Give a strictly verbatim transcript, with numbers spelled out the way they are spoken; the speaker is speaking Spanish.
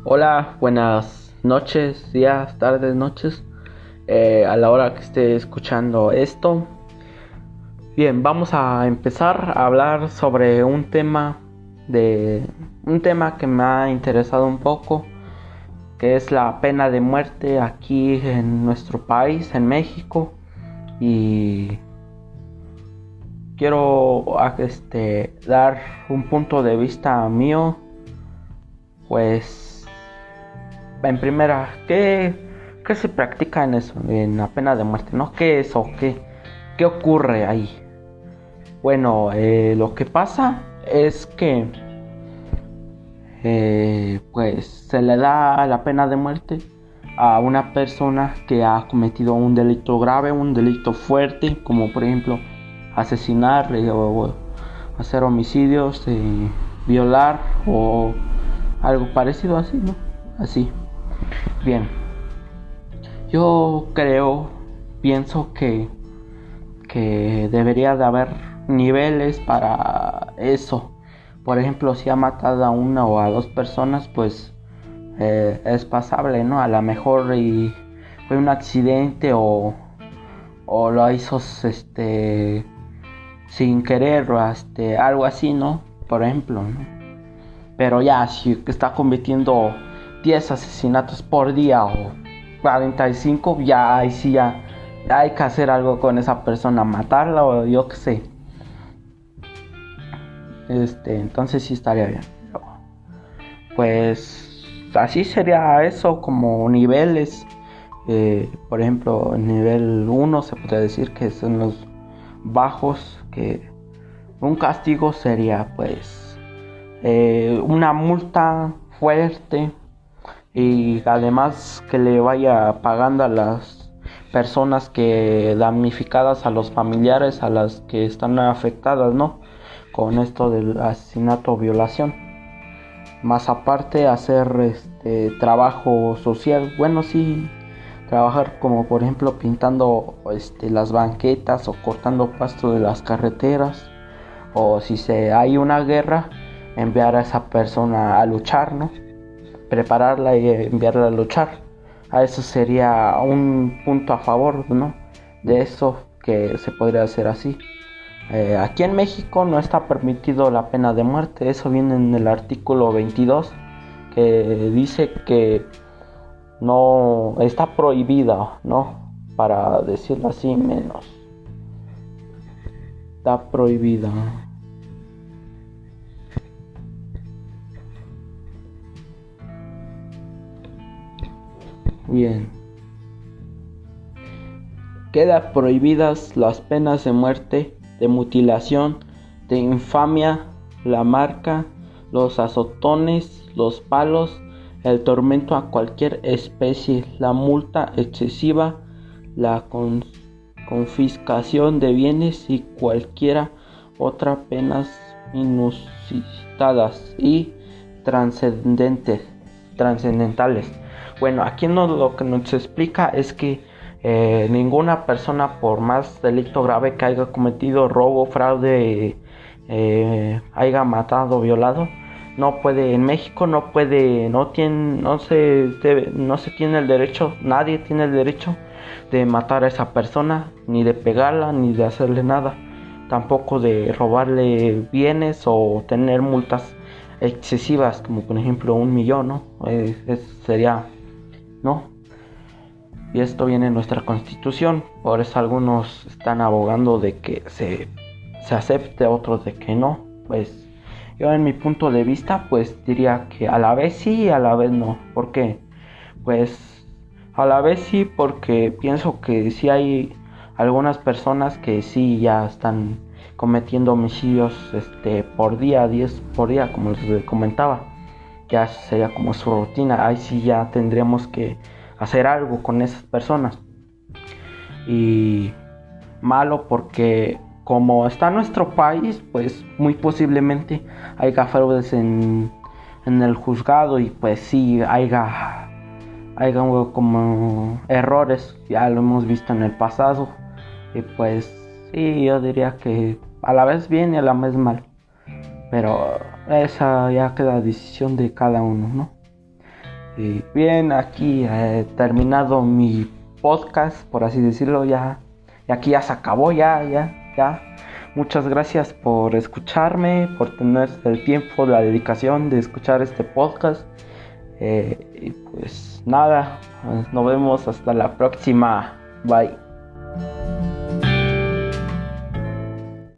Hola, buenas noches, días, tardes, noches, eh, a la hora que esté escuchando esto. Bien, vamos a empezar a hablar sobre un tema de un tema que me ha interesado un poco, que es la pena de muerte aquí en nuestro país, en México, y quiero este dar un punto de vista mío, pues. En primera, ¿qué, ¿qué se practica en eso, en la pena de muerte? ¿No? ¿Qué es o qué, qué ocurre ahí? Bueno, eh, lo que pasa es que eh, pues se le da la pena de muerte a una persona que ha cometido un delito grave, un delito fuerte, como por ejemplo asesinar eh, o hacer homicidios, eh, violar o algo parecido así, ¿no? Así. Bien, yo creo, pienso que, que debería de haber niveles para eso. Por ejemplo, si ha matado a una o a dos personas, pues eh, es pasable, ¿no? A lo mejor y fue un accidente o, o lo hizo este, sin querer o este, algo así, ¿no? Por ejemplo, ¿no? Pero ya, si está cometiendo diez asesinatos por día o cuarenta y cinco, ya ahí sí ya, ya hay que hacer algo con esa persona, matarla o yo qué sé. Este, entonces sí estaría bien. Pues así sería eso, como niveles. Eh, por ejemplo, nivel uno se podría decir que son los bajos, que un castigo sería pues eh, una multa fuerte, y además que le vaya pagando a las personas que damnificadas, a los familiares, a las que están afectadas, ¿no? Con esto del asesinato o violación. Más aparte hacer este trabajo social, bueno, sí, trabajar como por ejemplo pintando este las banquetas o cortando pasto de las carreteras, o si se hay una guerra, enviar a esa persona a luchar, ¿no? Prepararla y enviarla a luchar. A eso sería un punto a favor, ¿no? De eso, que se podría hacer así. Eh, aquí en México no está permitido la pena de muerte. Eso viene en el artículo veintidós, que dice que no está prohibida, ¿no? Para decirlo así menos. Está prohibida. Bien. Quedan prohibidas las penas de muerte, de mutilación, de infamia, la marca, los azotones, los palos, el tormento a cualquier especie, la multa excesiva, la con- confiscación de bienes y cualquiera otra penas inusitadas y trascendentes, trascendentales. Bueno, aquí no, lo que nos explica es que eh, ninguna persona, por más delito grave que haya cometido, robo, fraude, eh, haya matado, violado, no puede, en México no puede, no tiene, no se debe, no se tiene el derecho, nadie tiene el derecho de matar a esa persona, ni de pegarla, ni de hacerle nada, tampoco de robarle bienes o tener multas excesivas, como por ejemplo un millón, ¿no? Eh, es, sería, ¿no? Y esto viene en nuestra constitución. Por eso algunos están abogando de que se, se acepte, otros de que no. Pues yo, en mi punto de vista, pues diría que a la vez sí y a la vez no. ¿Por qué? Pues a la vez sí, porque pienso que sí hay algunas personas que sí ya están cometiendo homicidios este por día, diez por día, como les comentaba. Ya sería como su rutina. Ahí sí ya tendríamos que hacer algo con esas personas. Y malo porque como está nuestro país, pues muy posiblemente haya fraudes en, en el juzgado, y pues sí haya, haya como errores, ya lo hemos visto en el pasado. Y pues sí, yo diría que a la vez bien y a la vez mal, pero esa ya queda decisión de cada uno, ¿no? Y bien, aquí he terminado mi podcast, por así decirlo, ya. Y aquí ya se acabó, ya, ya, ya. Muchas gracias por escucharme, por tener el tiempo, la dedicación de escuchar este podcast. Eh, y pues nada, nos vemos hasta la próxima. Bye.